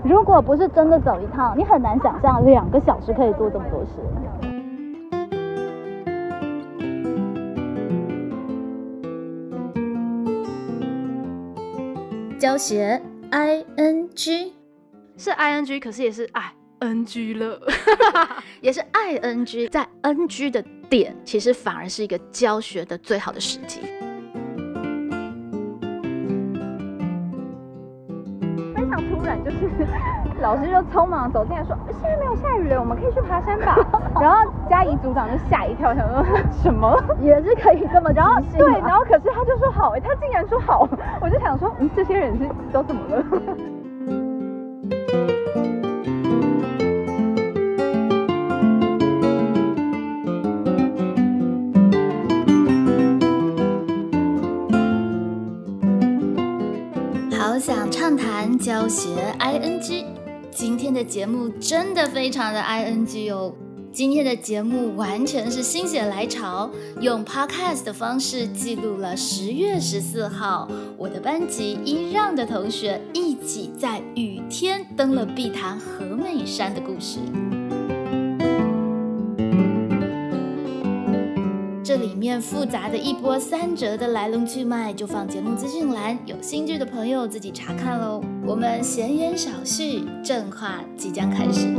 如果不是真的走一趟，你很难想象2个小时可以做这么多事。 教学 ing 是 ing， 可是也是ing 了， 也是 ing， 在 ng 的点，其实反而是一个教学的最好的时机。 非常突然，就是老师就匆忙走进来说：“现在没有下雨了，我们可以去爬山吧。”然后嘉怡组长就吓一跳，想说什么也是可以这么即兴。 对，然后可是他就说好，他竟然说好，我就想说，这些人都怎么了？ 好想畅谈教学 ing， 今天的节目真的非常的 ing 哦。今天的节目完全是心血来潮，用 podcast 的方式记录了10月14号我的班级一让的同学一起在雨天登了碧潭和美山的故事。这里面复杂的一波三折的来龙去脉，就放节目资讯栏，有兴趣的朋友自己查看咯。我们闲言少叙，正话即将开始。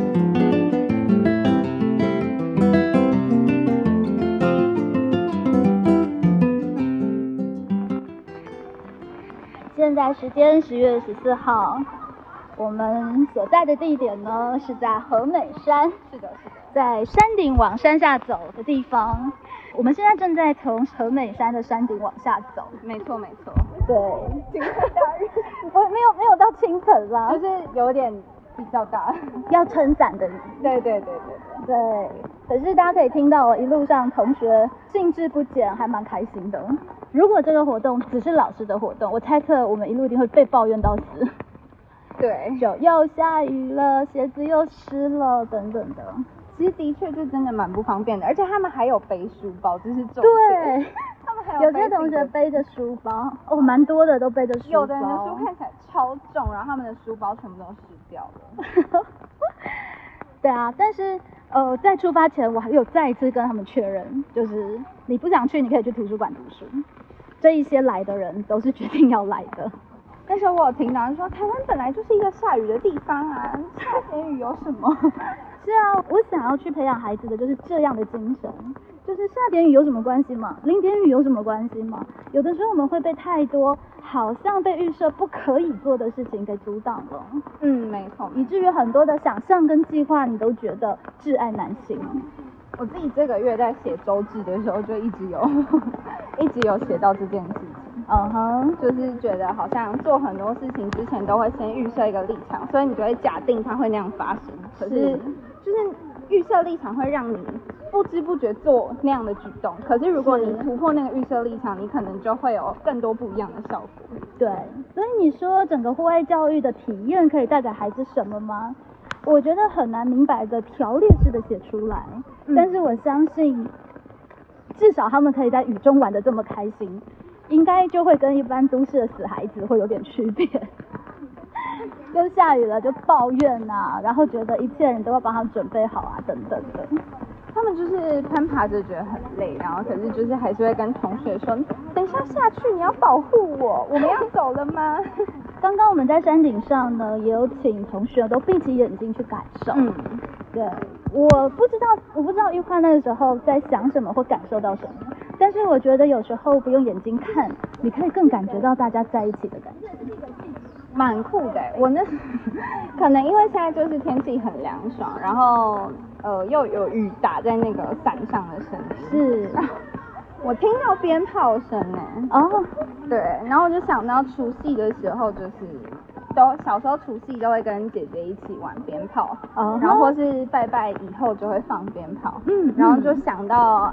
现在时间10月14号，我们所在的地点呢是在和美山， 是的， 在山顶往山下走的地方。我们现在正在从和美山的山顶往下走。 没错。 对，倾盆大雨，没有到倾盆啦， 就是有点比较大， 要撑伞的雨。 对。 可是大家可以听到我一路上同学兴致不减，还蛮开心的。如果这个活动只是老师的活动，我猜测我们一路一定会被抱怨到死。 对， 就又下雨了，鞋子又湿了，等等的。 其实的确就真的蛮不方便的，而且他们还有背书包，这是重点。 对， 他们还有些同学背着书包，蛮多的都背着书包。 有的人的书看起来超重，然后他们的书包全部都湿掉了。 对啊，但是在出发前我还有再一次跟他们确认，就是你不想去，你可以去图书馆读书。这一些来的人都是决定要来的。 那时候我有听到人说，台湾本来就是一个下雨的地方啊，下点雨有什么？ 是啊，我想要去培养孩子的就是这样的精神，就是下点雨有什么关系吗？淋点雨有什么关系吗？有的时候我们会被太多好像被预设不可以做的事情给阻挡了。 没错， 以至于很多的想象跟计划你都觉得挚爱难行。 我自己这个月在写周记的时候就一直有写到这件事情。就是觉得好像做很多事情之前都会先预设一个立场，所以你就会假定它会那样发生。可是就是预设立场会让你不知不觉做那样的举动，可是如果你突破那个预设立场，你可能就会有更多不一样的效果。 对，所以你说整个户外教育的体验可以带给孩子什么吗？我觉得很难明白的条列式的写出来，但是我相信至少他们可以在雨中玩得这么开心，应该就会跟一般都市的死孩子会有点区别。就下雨了就抱怨啊，然后觉得一切人都要帮他们准备好啊，等等的。 他们就是攀爬着觉得很累，然后可是就是还是会跟同学说，等一下下去你要保护我，我们要走了吗？ 刚刚我们在山顶上呢，也有请同学都闭起眼睛去感受。对，我不知道玉焕那个时候在想什么或感受到什么，但是我觉得有时候不用眼睛看，你可以更感觉到大家在一起的感觉。 蛮酷的。我那可能因为现在就是天气很凉爽，然后又有雨打在那个伞上的声音， 是我听到鞭炮声对，然后我就想到除夕的时候，就是小时候除夕都会跟姐姐一起玩鞭炮，然后或是拜拜以后就会放鞭炮，然后就想到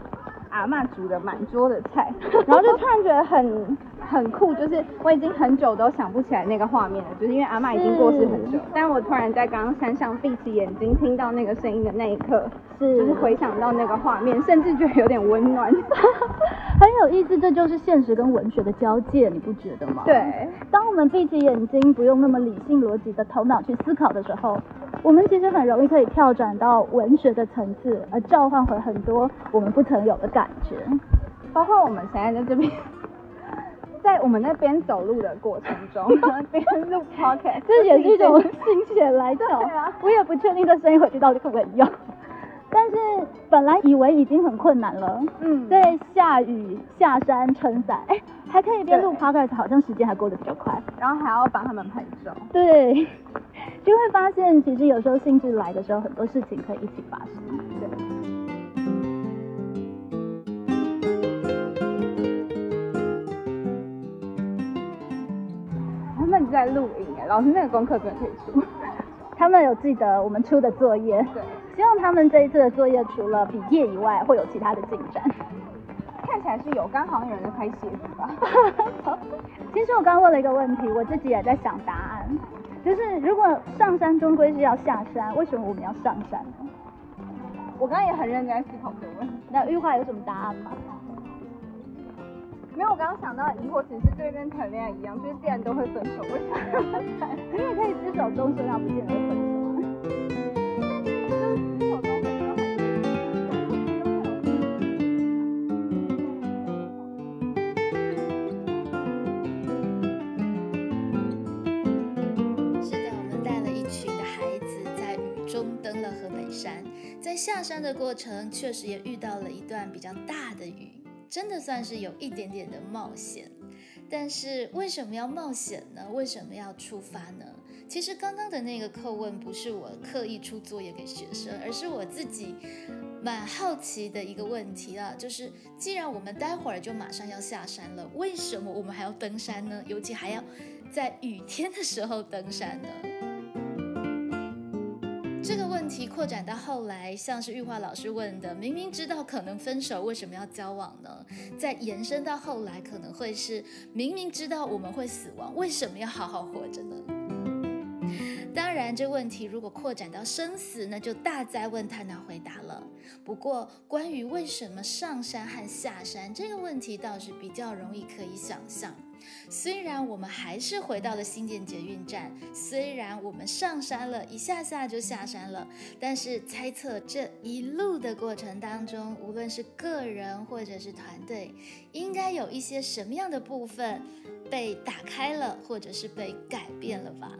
阿嬷煮的满桌的菜，然后就突然觉得很酷，就是我已经很久都想不起来那个画面了，就是因为阿嬷已经过世很久，但我突然在刚刚山上闭起眼睛听到那个声音的那一刻，就是回想到那个画面，甚至觉得有点温暖。 很有意思，这就是现实跟文学的交界，你不觉得吗？ 对， 当我们闭起眼睛，不用那么理性逻辑的头脑去思考的时候，我们其实很容易可以跳转到文学的层次，而召唤回很多我们不曾有的感觉。 包括我们现在在这边，在我们那边走路的过程中，边录 podcast， 这也是一种心血来潮。 对啊， 我也不确定这声音回去到底可不可以用。但是本来以为已经很困难了，在下雨下山撑伞，还可以边录 podcast， 好像时间还过得比较快， 然后还要帮他们拍照。 对，就会发现其实有时候兴致来的时候，很多事情可以一起发生。 对。他们在录影哎，老师那个功课真的可以出。 他们有记得我们出的作业， 对， 希望他们这一次的作业除了毕业以外，会有其他的进展。 看起来是有，刚好像有人在拍鞋子吧。 其实我刚问了一个问题，我自己也在想答案，就是如果上山终归是要下山，为什么我们要上山呢？ 我刚刚也很认真在思考这个问题。 那玉华有什么答案吗？ 没有，我刚刚想到的疑惑其实就跟谈恋爱一样，就是既然都会分手，为什么要分？ 你也可以厮守终生啊，不见得会分手啊。 是的，我们带了一群的孩子在雨中登了河北山，在下山的过程确实也遇到了一段比较大的雨。真的算是有一点点的冒险，但是为什么要冒险呢？为什么要出发呢？其实刚刚的那个叩问不是我刻意出作业给学生，而是我自己蛮好奇的一个问题啊，就是既然我们待会儿就马上要下山了，为什么我们还要登山呢？尤其还要在雨天的时候登山呢？这个问题扩展到后来，像是玉华老师问的，明明知道可能分手，为什么要交往呢？再延伸到后来，可能会是明明知道我们会死亡，为什么要好好活着呢？当然，这问题如果扩展到生死，那就大哉问太难回答了。不过，关于为什么上山和下山这个问题，倒是比较容易可以想象。虽然我们还是回到了新店捷运站，虽然我们上山了，一下下就下山了，但是猜测这一路的过程当中，无论是个人或者是团队，应该有一些什么样的部分被打开了，或者是被改变了吧？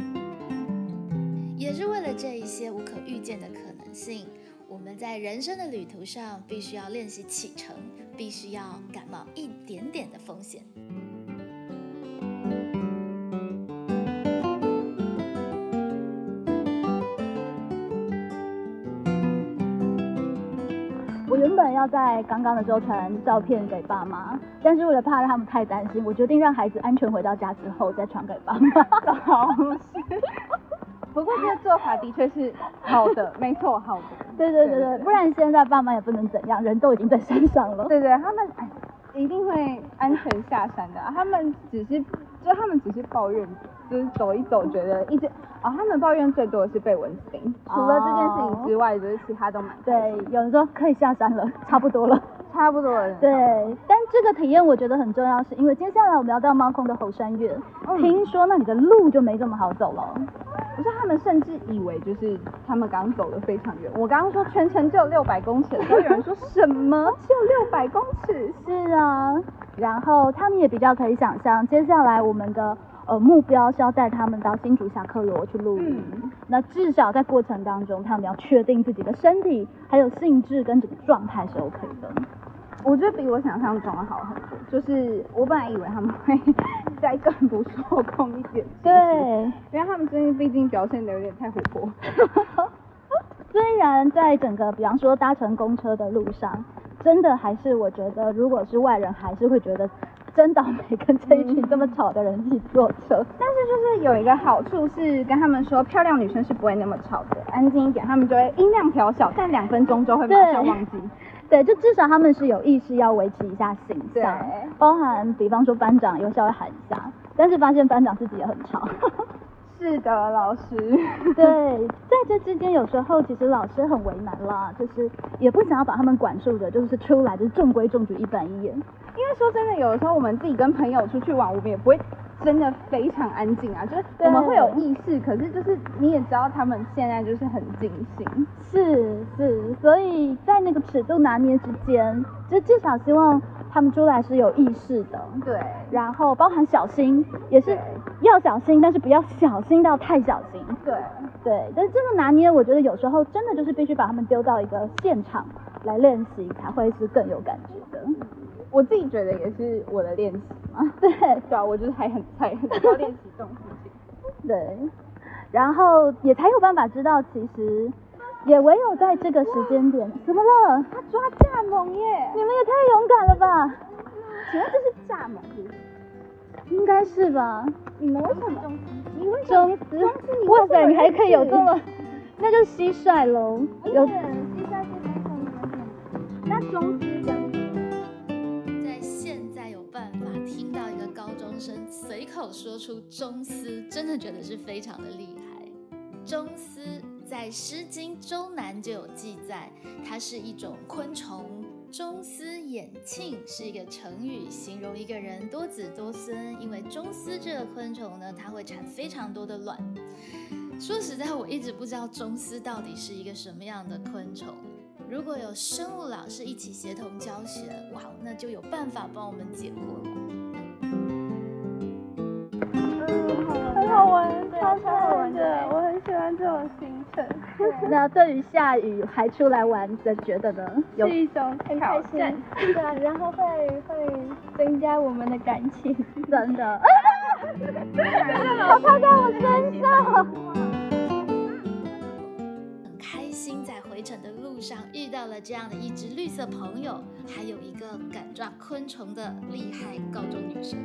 也是为了这一些无可预见的可能性，我们在人生的旅途上必须要练习启程，必须要感冒一点点的风险。 我原本要在刚刚的时候传照片给爸妈，但是为了怕让他们太担心，我决定让孩子安全回到家之后再传给爸妈。 不过这个做法的确是好的，没错，好的。 对，不然现在爸妈也不能怎样，人都已经在山上了。 对，他们一定会安全下山的他们只是抱怨，就是走一走觉得一直他们抱怨最多的是被蚊子叮，除了这件事情之外，就是其他都蛮对，有人说可以下山了，差不多了。对，但这个体验我觉得很重要，是因为接下来我们要到猫空的猴山岳，听说那里的路就没这么好走了。 不是，他们甚至以为就是他们刚走得非常远。我刚刚说全程只有600公尺的时候，有人说什么只有600公尺？ 是啊，然后他们也比较可以想象，接下来我们的目标是要带他们到新竹侠客罗去露营。那至少在过程当中，他们要确定自己的身体还有兴致跟整个状态是 OK 的。 我觉得比我想象中的好很多，就是我本来以为他们会再更不受控一点， 对， 因为他们最近毕竟表现得有点太活泼。 虽然在整个比方说搭乘公车的路上，真的还是我觉得如果是外人还是会觉得真倒霉跟这一群这么吵的人一起坐车。 但是就是有一个好处是跟他们说，漂亮女生是不会那么吵的，安静一点，他们就会音量调小，但2分钟就会马上忘记。 对，就至少他们是有意识要维持一下形象，包含比方说班长有稍微喊一下，但是发现班长自己也很吵。 是的，老师。 对，在这之间有时候其实老师很为难啦，就是也不想要把他们管束的，就是出来就是中规中矩一板一眼。 因为说真的，有的时候我们自己跟朋友出去玩，我们也不会真的非常安静啊，就是我们会有意识，可是就是你也知道他们现在就是很尽兴。 是，所以在那个尺度拿捏之间，就至少希望他们出来是有意识的。 对， 然后包含小心也是要小心，但是不要小心到太小心。对，但是这个拿捏，我觉得有时候真的就是必须把他们丢到一个现场来练习，才会是更有感觉的。 我自己觉得也是我的练习嘛。 对啊，我就是还很菜，很需要练习这种事情。 对，然后也才有办法知道，其实也唯有在这个时间点，怎么了？ 他抓蚱蜢耶！ 你们也太勇敢了吧！ 请问这是蚱蜢是不是？ 应该是吧？ 你们为什么？你为什么？ 中斯，哇塞，你还可以有这么，那就是蟋蟀喽。 有蟋蟀是哪种？那中斯跟在现在有办法听到一个高中生随口说出中斯，真的觉得是非常的厉害。中斯在《诗经·周南》就有记载，它是一种昆虫。中斯衍庆是一个成语，形容一个人多子多孙。因为中斯这个昆虫呢，它会产非常多的卵。说实在，我一直不知道中斯到底是一个什么样的昆虫。如果有生物老师一起协同教学，哇，那就有办法帮我们解惑了。很好玩，超好玩的，我很喜欢这种行程。 那对于下雨还出来玩的，觉得呢？ 是一种很开心， 对啊，然后会增加我们的感情， 真的。它在我身上。 很开心，在回程的路上遇到了这样的一只绿色朋友，还有一个敢抓昆虫的厉害高中女生。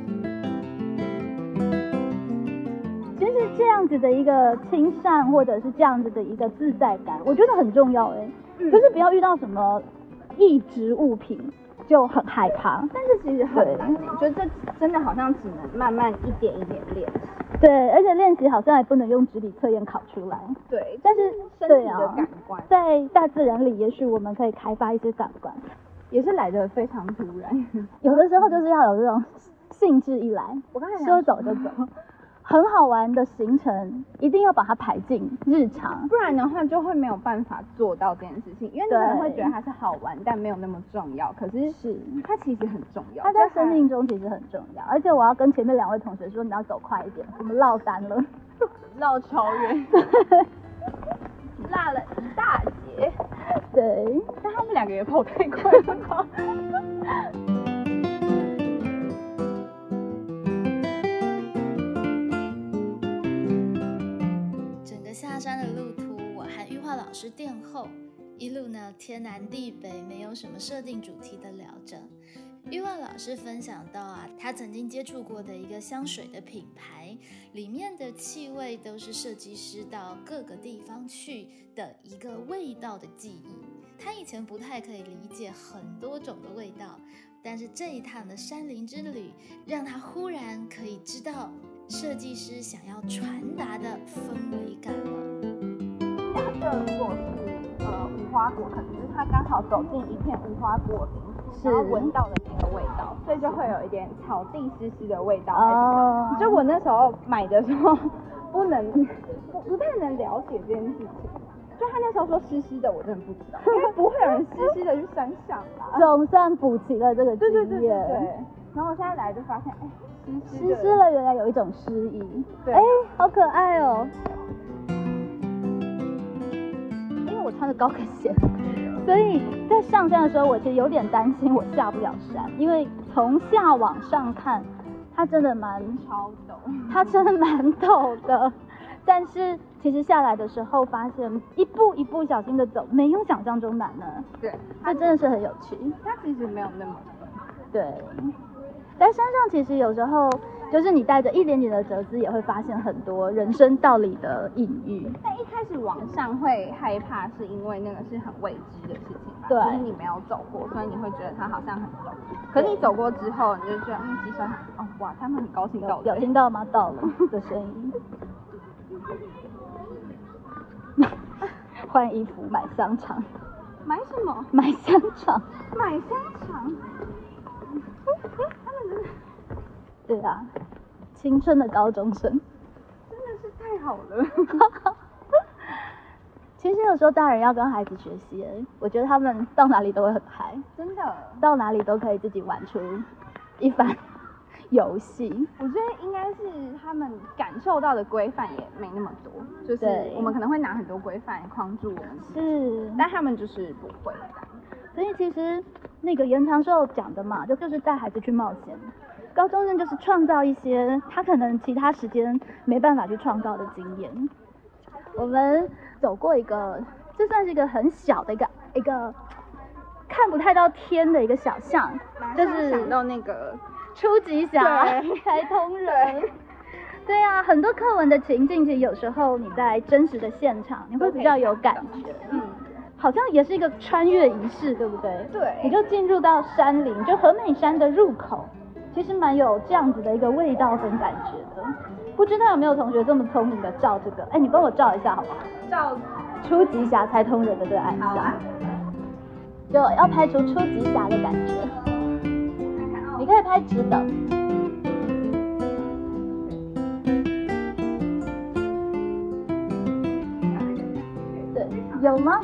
其实这样子的一个亲善，或者是这样子的一个自在感，我觉得很重要就是不要遇到什么异质物品就很害怕。 但是其实很难，就这真的好像只能慢慢一点一点练。 对，而且练习好像也不能用纸笔测验考出来。 对， 但是身体的感官， 在大自然里，也许我们可以开发一些感官， 也是来得非常突然。 有的时候就是要有这种兴致一来， 我刚才说走就走。很好玩的行程，一定要把它排进日常， 不然的话就会没有办法做到这件事情。因为你可能会觉得它是好玩，但没有那么重要。可是它其实很重要， 它在生命中其实很重要。而且我要跟前面2位同学说，你要走快一点，我们落单了， 绕超远，落了一大截。 对， 但他们2个也跑太快了。 下山的路途，我和玉化老师殿后，一路呢天南地北，没有什么设定主题的聊着。玉化老师分享到他曾经接触过的一个香水的品牌，里面的气味都是设计师到各个地方去的一个味道的记忆。他以前不太可以理解很多种的味道，但是这一趟的山林之旅，让他忽然可以知道设计师想要传达的氛围感了。 假设如果是无花果，可能是他刚好走进一片无花果林，然后闻到的那个味道，所以就会有一点草地湿湿的味道。就我那时候买的时候，不太能了解这件事情。就他那时候说湿湿的，我真的不知道，因为不会有人湿湿的去山上啦。 总算补齐了这个经验。 对。然后我现在来就发现， 湿湿了，原来有一种诗意。 对， 好可爱哦。因为我穿着高跟鞋，所以在上山的时候，我其实有点担心我下不了山，因为从下往上看，它真的超陡， 它真的蛮陡的。但是其实下来的时候，发现一步一步小心的走，没有想象中难呢。 对， 这真的是很有趣。 它其实没有那么对。在山上其实有时候就是你带着一点点的哲思，也会发现很多人生道理的隐喻。 但一开始往上会害怕，是因为那个是很未知的事情吧？ 对， 就是你没有走过，所以你会觉得它好像很重。可你走过之后，你就觉得机车哦哇，他们很高兴到了。 有听到吗？到了的声音。换衣服，买香肠。 买什么？ 买香肠。 买香肠。他们真的。 对啊，青春的高中生。 真的是太好了。 其实有时候大人要跟孩子学习，我觉得他们到哪里都会很嗨， 真的， 到哪里都可以自己玩出一番游戏。 我觉得应该是他们感受到的规范也没那么多，就是我们可能会拿很多规范框住我们， 是， 但他们就是不会。 所以其实那个严长寿讲的嘛，就是带孩子去冒险。高中生就是创造一些他可能其他时间没办法去创造的经验。我们走过一个，这算是一个很小的一个看不太到天的一个小巷，就是想到那个初级峡开通人。对啊，很多课文的情境，其实有时候你在真实的现场，你会比较有感觉。好像也是一个穿越仪式，对不对？ 对。 你就进入到山林，就和美山的入口，其实蛮有这样子的一个味道跟感觉的。不知道有没有同学这么聪明的照这个？哎，你帮我照一下好不好？ 照初级峡开通人的这个暗好啊， 就要拍出初级峡的感觉。你可以拍直的。对，有吗？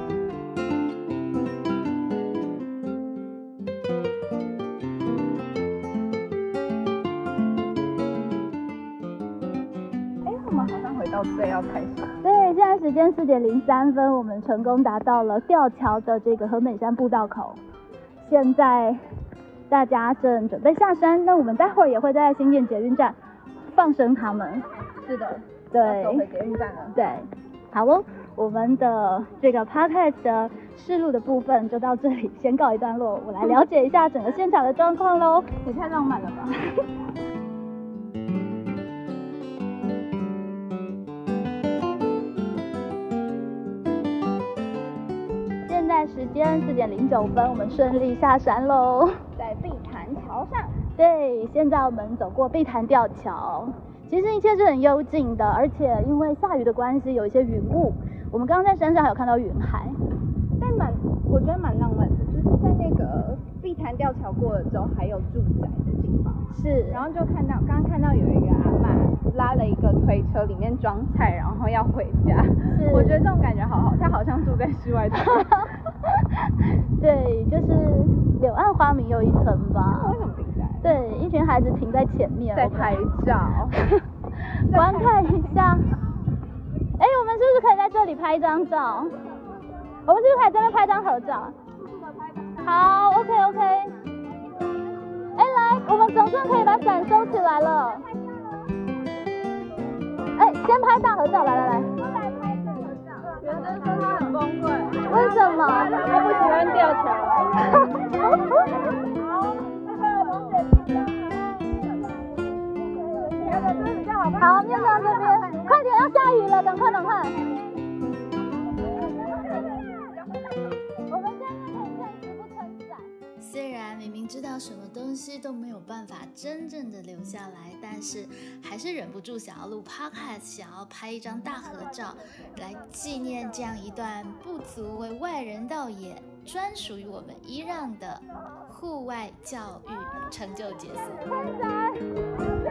对，要开始。 对，现在时间4点03分，我们成功达到了吊桥的这个和美山步道口。现在大家正准备下山，那我们待会儿也会在新店捷运站放生他们。 是的， 对， 走回捷运站了。 对，好哦，我们的这个 podcast 的试录的部分就到这里，先告一段落。我来了解一下整个现场的状况喽。 也太浪漫了吧！ 现在时间4点09分，我们顺利下山喽， 在碧潭桥上。 对，现在我们走过碧潭吊桥，其实一切是很幽静的，而且因为下雨的关系，有一些云雾。我们刚刚在山上还有看到云海， 但我觉得蛮浪漫的，就是在那个碧潭吊桥过了之后，还有住宅的地方。 是， 然后就刚刚看到有一个阿嬷拉了一个推车，里面装菜，然后要回家。是，我觉得这种感觉好好，她好像住在室外。 对，就是柳暗花明又一村吧。 为什么停在？ 对，一群孩子停在前面， 在拍照， 观看一下。哎，我们是不是可以在这里拍一张照？我们是不是可以在这边拍张合照？好 ，OK。哎，来，我们总算可以把伞收起来了。哎，先拍大合照，来。 袁真说他很崩溃， 为什么？ 他不喜欢吊桥。 好，面向这边，快点，要下雨了，赶快。我们现在可以趁时不撑伞。 虽然明明知道什么东西都没有办法真正的留下来，但是还是忍不住想要录 podcast， 想要拍一张大合照，来纪念这样一段不足为外人道也，专属于我们伊朗的户外教育成就解锁。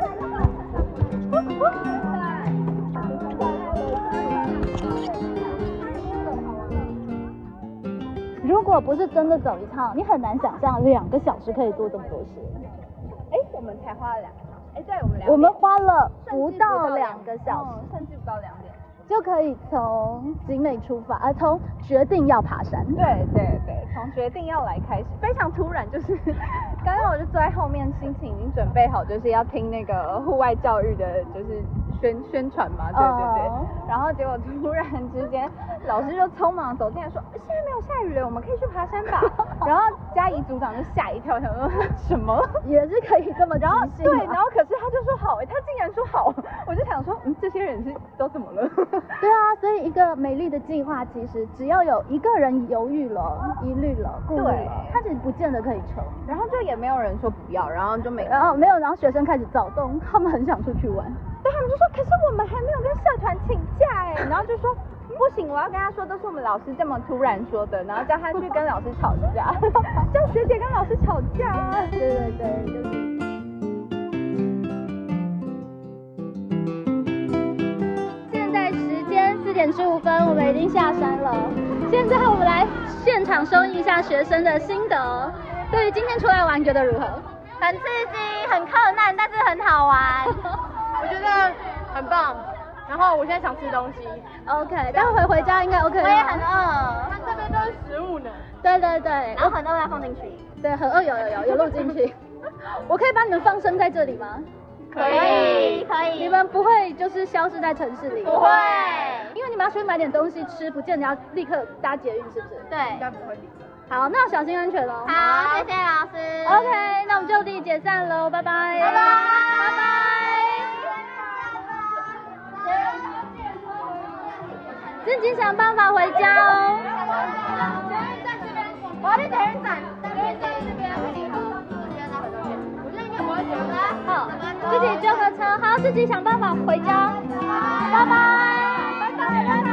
如果不是真的走一趟，你很难想象2个小时可以做这么多事。 哎，我们才花了2个小时。哎，对， 我们花了不到2个小时， 甚至不到2点， 就可以从景美出发，从决定要爬山。 对，从决定要来开始，非常突然，就是刚刚我就坐在后面，心情已经准备好，就是要听那个户外教育的，就是宣传嘛，对对对。然后结果突然之间，老师就匆忙走进来说，现在没有下雨了，我们可以去爬山吧。然后嘉怡组长就吓一跳，想说什么？ 也是可以这么即兴。 对，然后可是他就说好，他竟然说好，我就想说，这些人都怎么了？ 对啊，所以一个美丽的计划，其实只要有一个人犹豫了、疑虑了、顾虑了，他其实不见得可以成。 然后就也没有人说不要，然后就没有，然后学生开始躁动，他们很想出去玩。 对，他们就说，可是我们还没有跟社团请假哎，然后就说不行，我要跟他说都是我们老师这么突然说的，然后叫他去跟老师吵架，叫学姐跟老师吵架。 对对对，就是。现在时间4点15分，我们已经下山了。现在我们来现场收音一下学生的心得，对于今天出来玩觉得如何？ 很刺激，很困难，但是很好玩。 我觉得很棒。然后我现在想吃东西。 OK， 待会回家应该 OK。 我也很饿。 它这边都是食物呢。 对对对。 然后很饿要放进去。 对，很饿有录进去。我可以把你们放生在这里吗？ 可以。 你们不会就是消失在城市里？ 不会。 因为你们要出去买点东西吃，不见得要立刻搭捷运，是不是？ 对。 应该不会。 好，那要小心安全哦。 好，谢谢老师。 OK， 那我们就地解散喽，拜拜。拜拜。自己想办法回家哦。 我要去捷运站，捷运站这边可以喝。我觉得应该不会捷运站。 好，自己就合车，好，自己想办法回家。拜拜。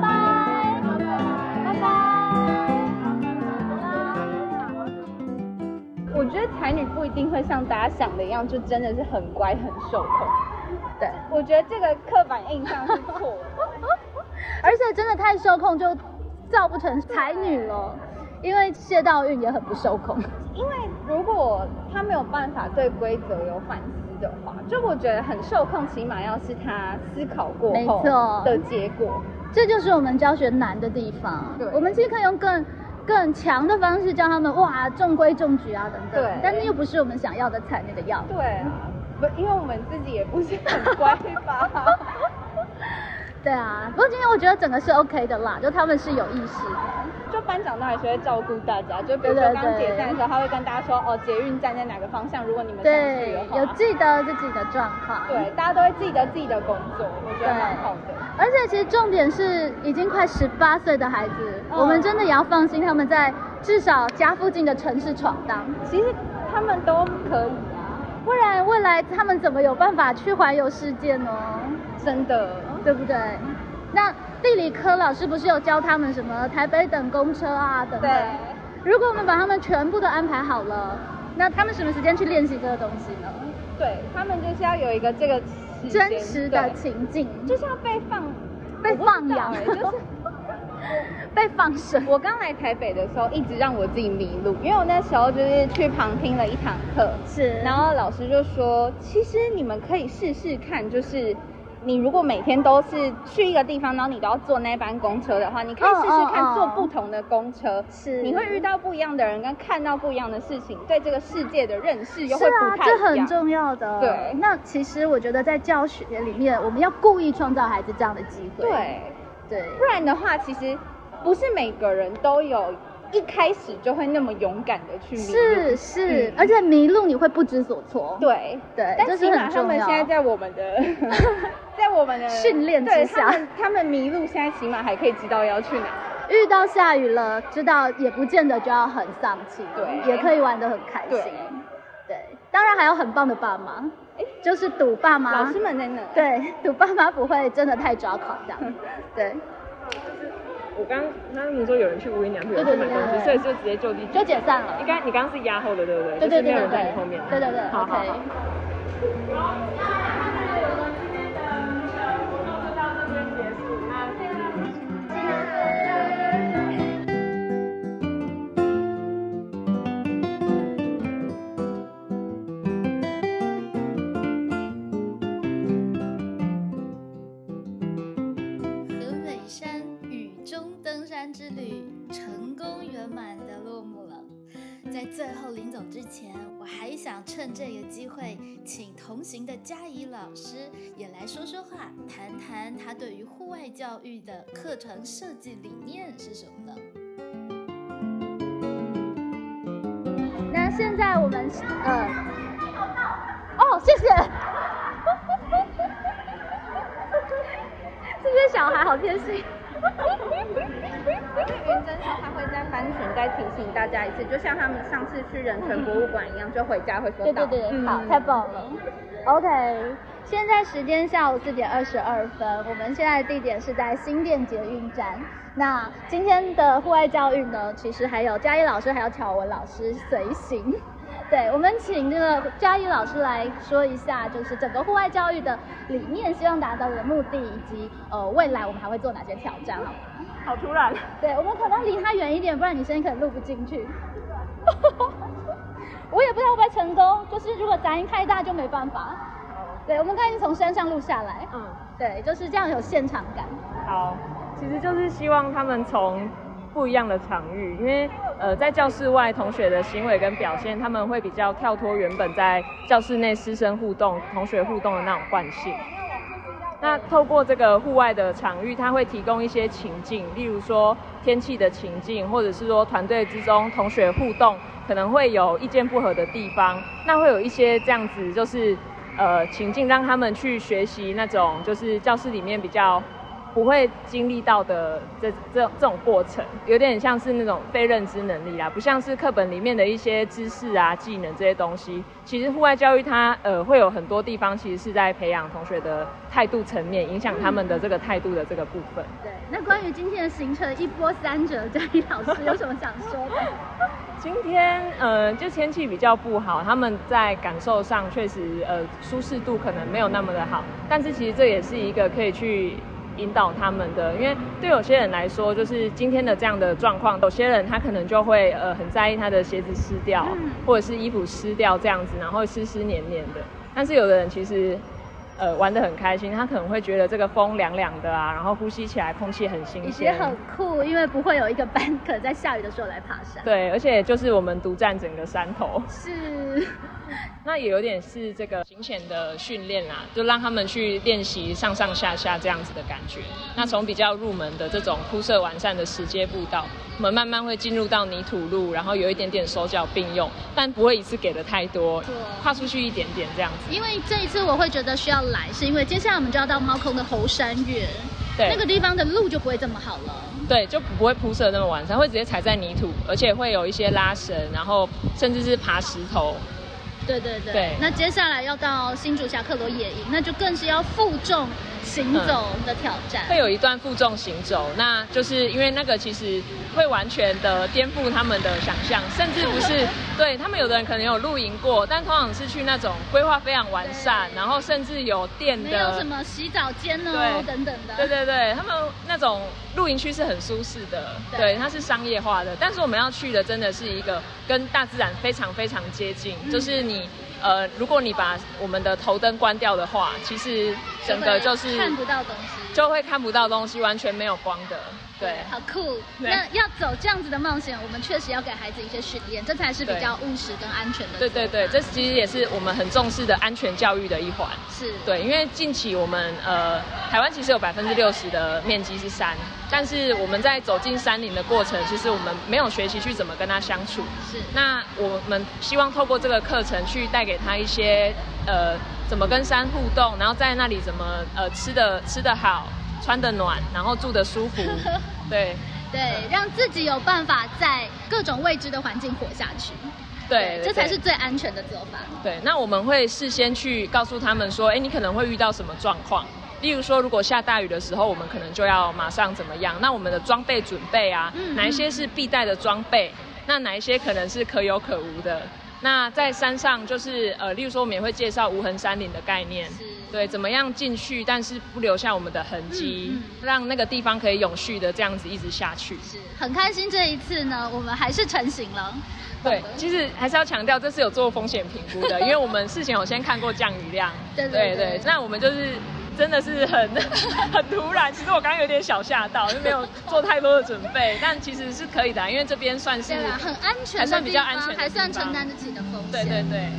我觉得才女不一定会像大家想的一样，就真的是很乖很受控。 对， 我觉得这个刻板印象是错的。 而且真的太受控就造不成才女了，因为谢道韫也很不受控。 因为如果他没有办法对规则有反思的话，就我觉得很受控，起码要是他思考过后的结果。 这就是我们教学难的地方。 对， 我们其实可以用更强的方式教他们，哇，中规中矩啊等等。对，但是又不是我们想要的才女的样子。 对啊，不，因为我们自己也不是很乖吧。 对啊，不过今天我觉得整个是 OK 的啦，就他们是有意识的。 就班长都还是会照顾大家，就比如说刚解散的时候，他会跟大家说，捷运站在哪个方向，如果你们想去的话。 对，有记得自己的状况。 对，大家都会记得自己的工作，我觉得蛮好的。 而且其实重点是，已经快18岁的孩子，我们真的也要放心他们在至少家附近的城市闯荡。 其实他们都可以啊， 不然未来他们怎么有办法去环游世界呢？ 真的， 对不对？那地理科老师不是有教他们什么台北等公车啊等等？对。如果我们把他们全部都安排好了，那他们什么时间去练习这个东西呢？ 对，他们就是要有一个这个真实的情境， 就是要被放养，就是被放生。 我刚来台北的时候，一直让我自己迷路，因为我那时候就是去旁听了一堂课，然后老师就说，其实你们可以试试看，就是你如果每天都是去一个地方，然后你都要坐那班公车的话，你可以试试看坐不同的公车，你会遇到不一样的人，跟看到不一样的事情，对这个世界的认识又会不太一样。 这很重要的。对，那其实我觉得在教学里面，我们要故意创造孩子这样的机会。对， 不然的话，其实不是每个人都有一开始就会那么勇敢的去迷路。 是，而且迷路你会不知所措。 对，但起码他们现在在我们的训练之下， 他们迷路现在起码还可以知道要去哪。 遇到下雨了，知道也不见得就要很丧气，对，也可以玩得很开心。对，当然还有很棒的爸妈，就是赌爸妈。 老师们在那。 对，赌爸妈不会真的太抓狂这样。对。 我刚你说有人去无印良品去买东西，所以就直接就地解散了。 你刚刚是压后的，对不对？ 对， 没有人在你后面。 对， 好。 之旅成功圆满的落幕了。 在最后临走之前，我还想趁这个机会，请同行的嘉怡老师也来说说话，谈谈他对于户外教育的课程设计理念是什么呢？ 那现在我们谢谢，这些小孩好贴心。 云珍说他会在班群再提醒大家一次，就像他们上次去人权博物馆一样，就回家会说到。 对，好，太棒了。OK， 现在时间下午4点22分，我们现在的地点是在新店捷运站。那今天的户外教育呢，其实还有嘉怡老师还有巧文老师随行。对，我们请这个嘉怡老师来说一下，就是整个户外教育的理念，希望达到的目的，以及未来我们还会做哪些挑战，好吗？ 好突然。 对，我们可能离他远一点，不然你声音可能录不进去。我也不知道会不会成功，就是如果杂音太大就没办法。对，我们刚才从山上录下来。对，就是这样有现场感。 好，其实就是希望他们从不一样的场域，因为在教室外同学的行为跟表现，他们会比较跳脱原本在教室内师生互动、同学互动的那种惯性。那透过这个户外的场域，它会提供一些情境，例如说天气的情境，或者是说团队之中同学互动可能会有意见不合的地方，那会有一些这样子就是情境，让他们去学习那种就是教室里面比较不会经历到的这种过程，有点像是那种非认知能力啦，不像是课本里面的一些知识啊、技能这些东西。其实户外教育它会有很多地方其实是在培养同学的态度层面，影响他们的这个态度的这个部分。 对，那关于今天的行程一波三折，嘉怡老师有什么想说的？ 今天就天气比较不好，他们在感受上确实舒适度可能没有那么的好，但是其实这也是一个可以去引导他们的，因为对有些人来说，就是今天的这样的状况，有些人他可能就会很在意他的鞋子湿掉，或者是衣服湿掉这样子，然后湿湿黏黏的。但是有的人其实玩得很开心，他可能会觉得这个风凉凉的啊，然后呼吸起来空气很新鲜， 也很酷，因为不会有一个班可能在下雨的时候来爬山。 对，而且就是我们独占整个山头。 是。 那也有点是这个行前的训练啦，就让他们去练习上上下下这样子的感觉。那从比较入门的这种铺设完善的石阶步道，我们慢慢会进入到泥土路，然后有一点点手脚并用，但不会一次给的太多，跨出去一点点这样子。 因为这一次我会觉得需要来，是因为接下来我们就要到猫空的猴山岳， 对， 那个地方的路就不会这么好了。 对，就不会铺设那么完善，会直接踩在泥土，而且会有一些拉绳，然后甚至是爬石头。 对，那接下来要到新竹侠客罗野营，那就更是要负重行走的挑战， 会有一段负重行走，那就是因为那个其实会完全的颠覆他们的想象，甚至不是对他们有的人可能有露营过，但通常是去那种规划非常完善，然后甚至有电的， 没有什么洗澡间哦等等的。 对，他们那种露营区是很舒适的，对，它是商业化的，但是我们要去的真的是一个跟大自然非常非常接近，就是你如果你把我们的头灯关掉的话，其实整个就是看不到东西， 就会看不到东西，完全没有光的。对， 好酷。那要走这样子的冒险，我们确实要给孩子一些训练，这才是比较务实跟安全的。 对，这其实也是我们很重视的安全教育的一环。 是对， 因为近期我们台湾其实有60%的面积是山，但是我们在走进山林的过程，其实我们没有学习去怎么跟它相处。 是， 那我们希望透过这个课程去带给他一些怎么跟山互动，然后在那里怎么吃得好，穿得暖，然后住得舒服。对， 让自己有办法在各种未知的环境活下去。对，这才是最安全的做法。 对，那我们会事先去告诉他们说，你可能会遇到什么状况。例如说，如果下大雨的时候，我们可能就要马上怎么样？那我们的装备准备啊，哪一些是必带的装备？那哪一些可能是可有可无的？那在山上就是例如说我们也会介绍无痕山林的概念，对，怎么样进去，但是不留下我们的痕迹，让那个地方可以永续的这样子一直下去。 是很开心这一次呢，我们还是成型了。 对，其实还是要强调，这是有做风险评估的，因为我们事前有先看过降雨量。 对， 那我们就是真的是很突然。其实我刚刚有点小吓到，就没有做太多的准备，但其实是可以的，因为这边算是很安全的地方， 还算比较安全的地方， 还算承担得起的风险。 对对对。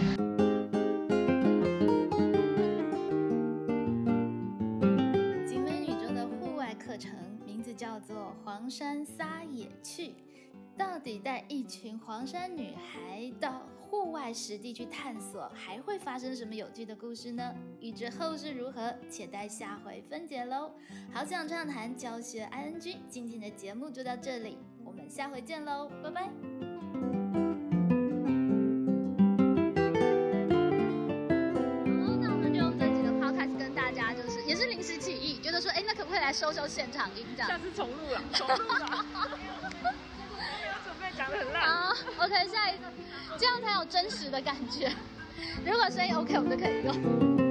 景美女中的户外课程名字叫做黄山撒野去，到底带一群黄山女孩到户外实地去探索，还会发生什么有趣的故事呢？预知后事如何，且待下回分解喽。好想畅谈教学 ING， 今天的节目就到这里，我们下回见喽，拜拜。也是临时起意，觉得说，那可不可以来收现场音这样？ 下次重录了。没有准备，讲得很烂。 好 ，OK， 下一次这样才有真实的感觉。如果声音 OK， 我们就可以用。